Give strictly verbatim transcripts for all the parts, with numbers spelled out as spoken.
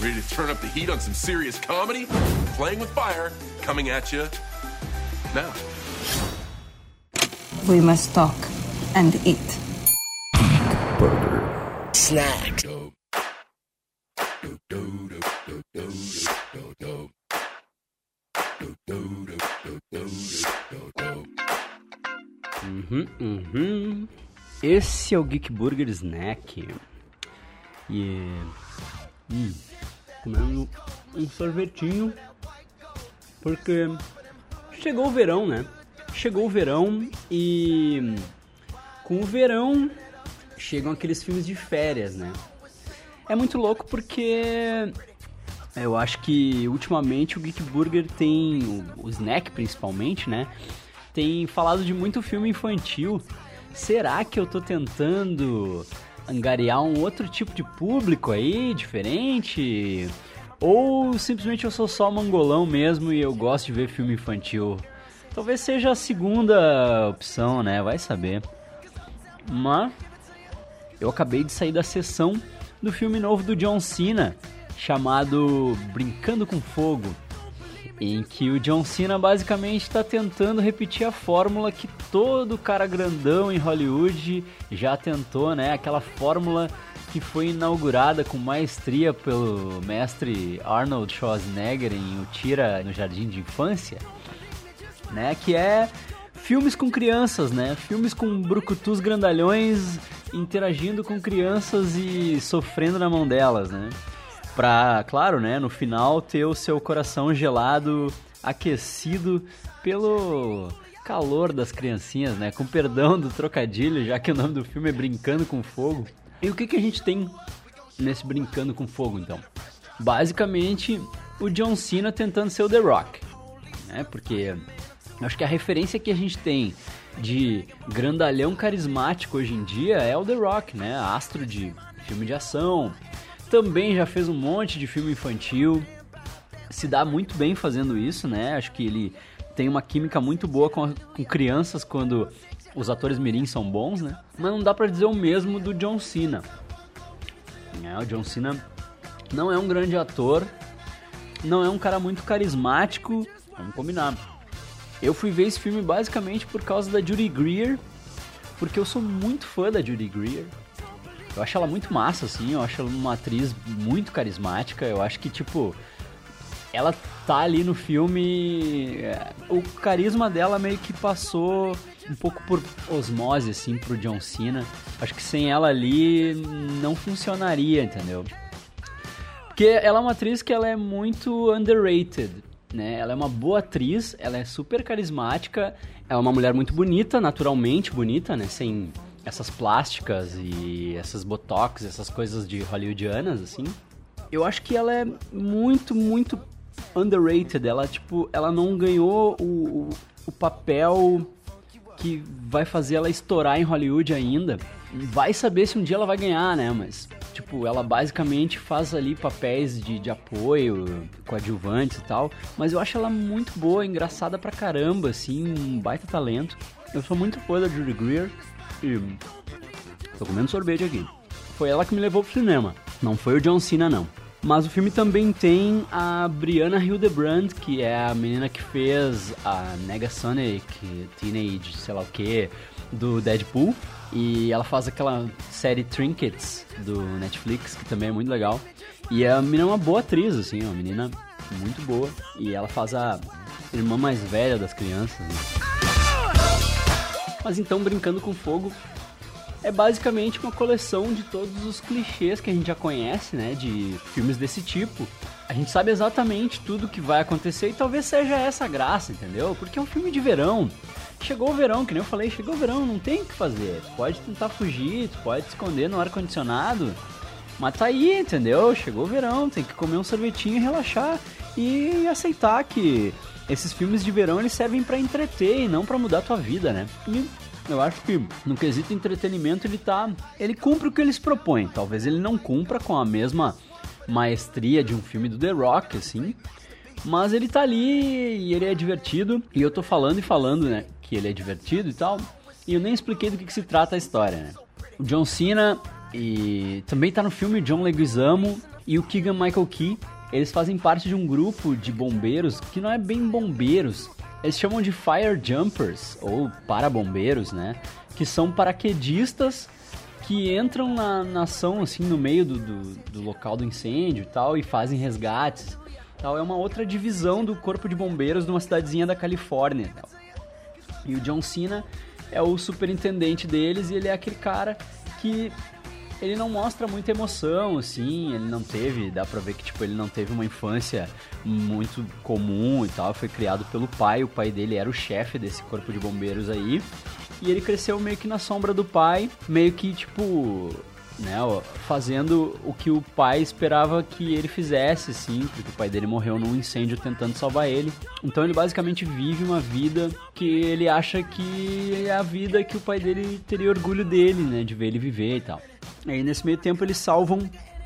Ready to turn up the heat on some serious comedy? Playing with Fire, coming at you now. We must talk and eat. Burger. Snack. Uhum, uhum. Esse é o Geek Burger Snack. E hum, comendo um sorvetinho, porque chegou o verão, né? Chegou o verão e com o verão chegam aqueles filmes de férias, né? É muito louco porque eu acho que ultimamente o Geek Burger tem, o, o Snack principalmente, né? Tem falado de muito filme infantil. Será que eu tô tentando angariar um outro tipo de público aí, diferente? Ou simplesmente eu sou só mangolão mesmo e eu gosto de ver filme infantil? Talvez seja a segunda opção, né? Vai saber. Mas eu acabei de sair da sessão do filme novo do John Cena, chamado Brincando com Fogo, em que o John Cena basicamente está tentando repetir a fórmula que todo cara grandão em Hollywood já tentou, né? Aquela fórmula que foi inaugurada com maestria pelo mestre Arnold Schwarzenegger em O Tira no Jardim de Infância, né? Que é filmes com crianças, né? Filmes com brucutus grandalhões interagindo com crianças e sofrendo na mão delas, né? Pra, claro, né, no final ter o seu coração gelado, aquecido pelo calor das criancinhas, né? Com perdão do trocadilho, já que o nome do filme é Brincando com Fogo. E o que, que a gente tem nesse Brincando com Fogo, então? Basicamente, o John Cena tentando ser o The Rock, né? Porque acho que a referência que a gente tem de grandalhão carismático hoje em dia é o The Rock, né? Astro de filme de ação. Também já fez um monte de filme infantil, se dá muito bem fazendo isso, né? Acho que ele tem uma química muito boa com, a, com crianças quando os atores mirim são bons, né? Mas não dá pra dizer o mesmo do John Cena. É, o John Cena não é um grande ator, não é um cara muito carismático, vamos combinar. Eu fui ver esse filme basicamente por causa da Judy Greer, porque eu sou muito fã da Judy Greer. Eu acho ela muito massa, assim, eu acho ela uma atriz muito carismática, eu acho que, tipo, ela tá ali no filme, o carisma dela meio que passou um pouco por osmose, assim, pro John Cena. Acho que sem ela ali não funcionaria, entendeu? Porque ela é uma atriz que ela é muito underrated, né? Ela é uma boa atriz, ela é super carismática, ela é uma mulher muito bonita, naturalmente bonita, né? Sem essas plásticas e essas botox, essas coisas de hollywoodianas, assim. Eu acho que ela é muito, muito underrated. Ela, tipo, ela não ganhou o, o, o papel que vai fazer ela estourar em Hollywood ainda. Vai saber se um dia ela vai ganhar, né? Mas, tipo, ela basicamente faz ali papéis de, de apoio, coadjuvantes e tal. Mas eu acho ela muito boa, engraçada pra caramba, assim, um baita talento. Eu sou muito fã da Judy Greer. E tô comendo sorvete aqui. Foi ela que me levou pro cinema, não foi o John Cena, não. Mas o filme também tem a Brianna Hildebrand, que é a menina que fez a Negasonic Teenage, sei lá o que, do Deadpool. E ela faz aquela série Trinkets do Netflix, que também é muito legal. E a menina é uma boa atriz, assim, uma menina muito boa. E ela faz a irmã mais velha das crianças, né? Mas então, Brincando com Fogo é basicamente uma coleção de todos os clichês que a gente já conhece, né, de filmes desse tipo. A gente sabe exatamente tudo que vai acontecer e talvez seja essa a graça, entendeu? Porque é um filme de verão. Chegou o verão, que nem eu falei, chegou o verão, não tem o que fazer. Tu pode tentar fugir, tu pode se esconder no ar-condicionado, mas tá aí, entendeu? Chegou o verão, tem que comer um sorvetinho e relaxar e aceitar que esses filmes de verão, eles servem pra entreter e não pra mudar a tua vida, né? E eu acho que no quesito entretenimento ele tá... ele cumpre o que ele se propõe. Talvez ele não cumpra com a mesma maestria de um filme do The Rock, assim, mas ele tá ali e ele é divertido. E eu tô falando e falando, né, que ele é divertido e tal, e eu nem expliquei do que, que se trata a história, né? O John Cena e também tá no filme John Leguizamo, E o Keegan-Michael Key, eles fazem parte de um grupo de bombeiros que não é bem bombeiros. Eles chamam de Fire Jumpers, ou parabombeiros, né? Que são paraquedistas que entram na, na ação, assim, no meio do, do, do local do incêndio e tal, e fazem resgates. Tal. É uma outra divisão do corpo de bombeiros de uma cidadezinha da Califórnia. Tal. E o John Cena é o superintendente deles e ele é aquele cara que ele não mostra muita emoção, assim, ele não teve, dá pra ver que, tipo, ele não teve uma infância muito comum e tal, foi criado pelo pai, o pai dele era o chefe desse corpo de bombeiros aí, e ele cresceu meio que na sombra do pai, meio que, tipo, né, fazendo o que o pai esperava que ele fizesse, assim, porque o pai dele morreu num incêndio tentando salvar ele. Então ele basicamente vive uma vida que ele acha que é a vida que o pai dele teria orgulho dele, né, de ver ele viver e tal. E aí nesse meio tempo eles salvam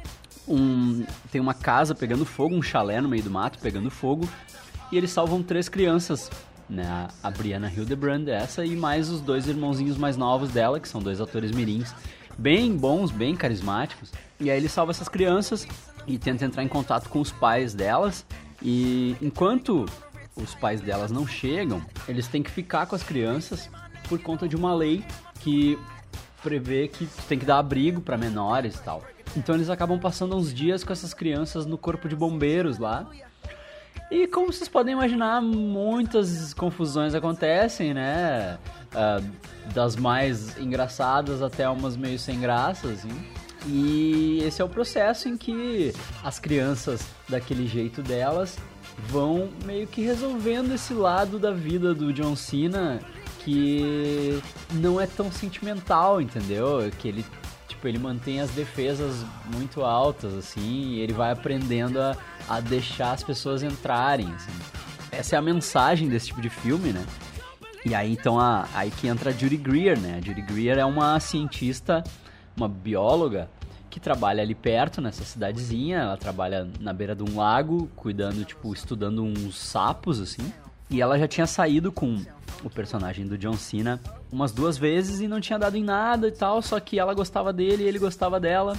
um... tem uma casa pegando fogo, um chalé no meio do mato pegando fogo, e eles salvam três crianças, né, a Brianna Hildebrand, essa, e mais os dois irmãozinhos mais novos dela, que são dois atores mirins, bem bons, bem carismáticos. E aí ele salva essas crianças e tenta entrar em contato com os pais delas, e enquanto os pais delas não chegam, eles têm que ficar com as crianças por conta de uma lei que prevê que tem que dar abrigo para menores e tal. Então eles acabam passando uns dias com essas crianças no corpo de bombeiros lá. E como vocês podem imaginar, muitas confusões acontecem, né? Uh, das mais engraçadas até umas meio sem graça, assim. E esse é o processo em que as crianças, daquele jeito delas, vão meio que resolvendo esse lado da vida do John Cena que não é tão sentimental, entendeu? Que ele, tipo, ele mantém as defesas muito altas, assim, e ele vai aprendendo a, a deixar as pessoas entrarem, assim. Essa é a mensagem desse tipo de filme, né? E aí, então, a, aí que entra a Judy Greer, né? A Judy Greer é uma cientista, uma bióloga, que trabalha ali perto, nessa cidadezinha. Ela trabalha na beira de um lago, cuidando, tipo, estudando uns sapos, assim. E ela já tinha saído com o personagem do John Cena umas duas vezes e não tinha dado em nada e tal, só que ela gostava dele e ele gostava dela.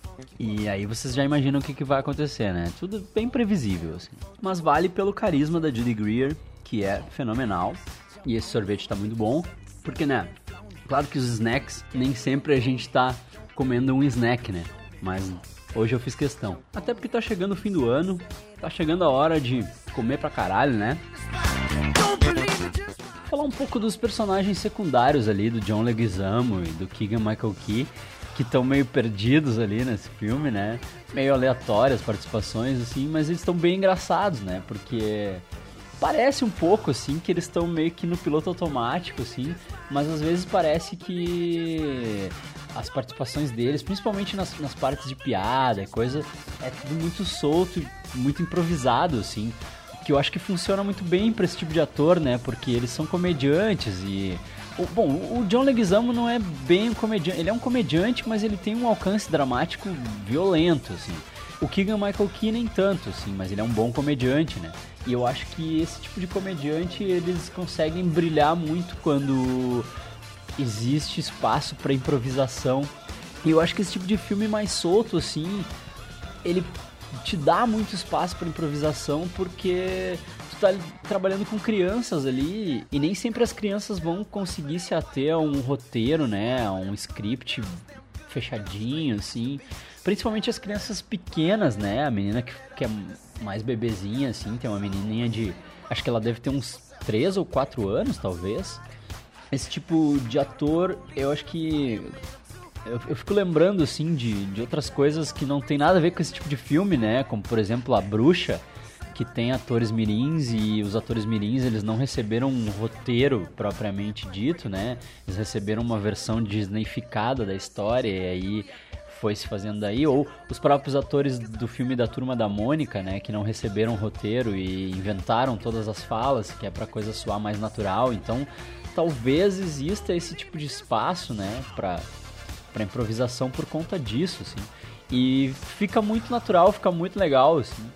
E aí vocês já imaginam o que, que vai acontecer, né? Tudo bem previsível, assim. Mas vale pelo carisma da Judy Greer, que é fenomenal. E esse sorvete tá muito bom, porque, né, claro que os snacks, nem sempre a gente tá comendo um snack, né? Mas hoje eu fiz questão. Até porque tá chegando o fim do ano, tá chegando a hora de comer pra caralho, né? Vou falar um pouco dos personagens secundários ali, do John Leguizamo e do Keegan-Michael Key, que estão meio perdidos ali nesse filme, né? Meio aleatórias participações, assim, mas eles estão bem engraçados, né? Porque parece um pouco, assim, que eles estão meio que no piloto automático, assim, mas às vezes parece que as participações deles, principalmente nas, nas partes de piada, coisa, é tudo muito solto e muito improvisado, assim, que eu acho que funciona muito bem pra esse tipo de ator, né, porque eles são comediantes e... O, bom, o John Leguizamo não é bem um comediante, ele é um comediante, mas ele tem um alcance dramático violento, assim. O Keegan-Michael Key nem tanto, assim, mas ele é um bom comediante, né? E eu acho que esse tipo de comediante, eles conseguem brilhar muito quando existe espaço para improvisação. E eu acho que esse tipo de filme mais solto, assim, ele te dá muito espaço para improvisação, porque tu tá trabalhando com crianças ali, e nem sempre as crianças vão conseguir se ater a um roteiro, né? A um script fechadinho, assim. Principalmente as crianças pequenas, né? A menina que, que é mais bebezinha, assim, tem uma menininha de... Acho que ela deve ter uns três ou quatro anos, talvez. Esse tipo de ator, eu acho que... Eu, eu fico lembrando, assim, de, de outras coisas que não tem nada a ver com esse tipo de filme, né? Como, por exemplo, A Bruxa, que tem atores mirins, e os atores mirins, eles não receberam um roteiro propriamente dito, né? Eles receberam uma versão disneyficada da história, e aí foi se fazendo daí. Ou os próprios atores do filme da Turma da Mônica, né? Que não receberam roteiro e inventaram todas as falas, que é pra coisa soar mais natural. Então, talvez exista esse tipo de espaço, né? Pra... pra improvisação por conta disso, assim. E fica muito natural, fica muito legal, assim. Acho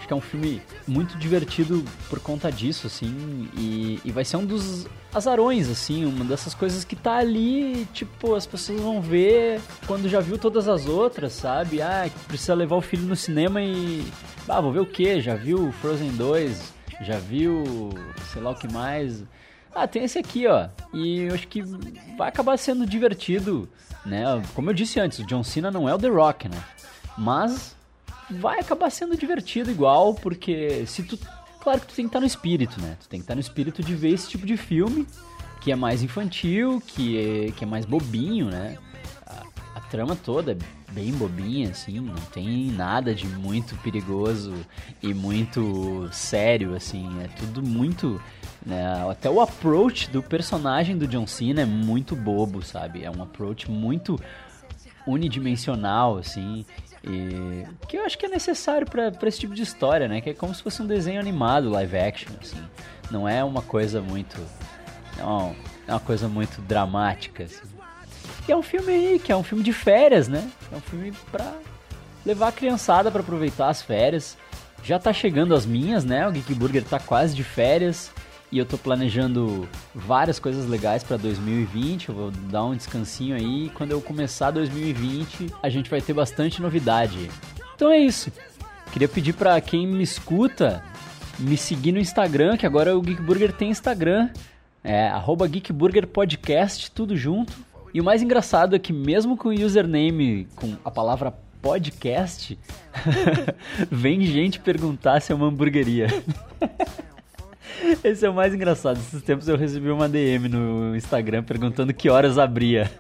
que é um filme muito divertido por conta disso, assim, e, e vai ser um dos azarões, assim, uma dessas coisas que tá ali, tipo, as pessoas vão ver quando já viu todas as outras, sabe? Ah, precisa levar o filho no cinema e... Ah, vou ver o quê? Já viu Frozen dois? Já viu sei lá o que mais? Ah, tem esse aqui, ó. E eu acho que vai acabar sendo divertido, né? Como eu disse antes, o John Cena não é o The Rock, né? Mas vai acabar sendo divertido igual, porque se tu... Claro que tu tem que estar no espírito, né? Tu tem que estar no espírito de ver esse tipo de filme, que é mais infantil, que é, que é mais bobinho, né? A, a trama toda é bem bobinha, assim, não tem nada de muito perigoso e muito sério, assim. É tudo muito... Né? Até o approach do personagem do John Cena é muito bobo, sabe? É um approach muito unidimensional, assim, e que eu acho que é necessário pra, pra esse tipo de história, né? Que é como se fosse um desenho animado, live action, assim. Não é uma coisa muito... Não, é uma coisa muito dramática, assim. E é um filme aí, que é um filme de férias, né? É um filme pra levar a criançada pra aproveitar as férias. Já tá chegando as minhas, né? O Geek Burger tá quase de férias. E eu tô planejando várias coisas legais pra dois mil e vinte, eu vou dar um descansinho aí, e quando eu começar dois mil e vinte, a gente vai ter bastante novidade. Então é isso. Queria pedir pra quem me escuta, me seguir no Instagram, que agora o Geek Burger tem Instagram, é arroba Geek Burger Podcast, tudo junto. E o mais engraçado é que mesmo com o username, com a palavra podcast, vem gente perguntar se é uma hamburgueria. Esse é o mais engraçado. Esses tempos eu recebi uma D M no Instagram perguntando que horas abria.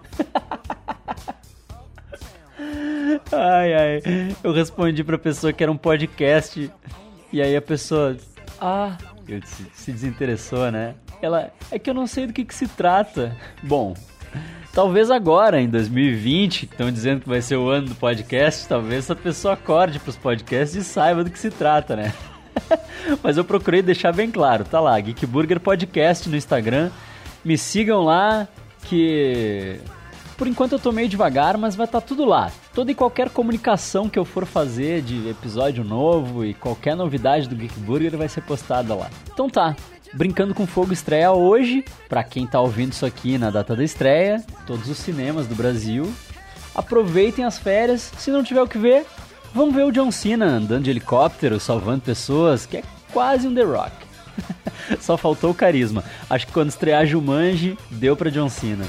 Ai, ai. Eu respondi pra pessoa que era um podcast. E aí a pessoa... Ah, eu disse, se desinteressou, né? Ela... É que eu não sei do que que se trata. Bom, talvez agora, em dois mil e vinte, que estão dizendo que vai ser o ano do podcast, talvez essa pessoa acorde pros podcasts e saiba do que se trata, né? Mas eu procurei deixar bem claro, tá lá, Geek Burger Podcast no Instagram, me sigam lá, que por enquanto eu tô meio devagar, mas vai estar tá tudo lá. Toda e qualquer comunicação que eu for fazer de episódio novo e qualquer novidade do Geek Burger vai ser postada lá. Então tá, Brincando com Fogo estreia hoje, pra quem tá ouvindo isso aqui na data da estreia, todos os cinemas do Brasil. Aproveitem as férias, se não tiver o que ver, vamos ver o John Cena andando de helicóptero, salvando pessoas, que é quase um The Rock. Só faltou o carisma. Acho que quando estrear Jumanji, deu pra John Cena.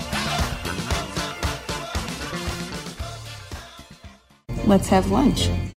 Let's have lunch.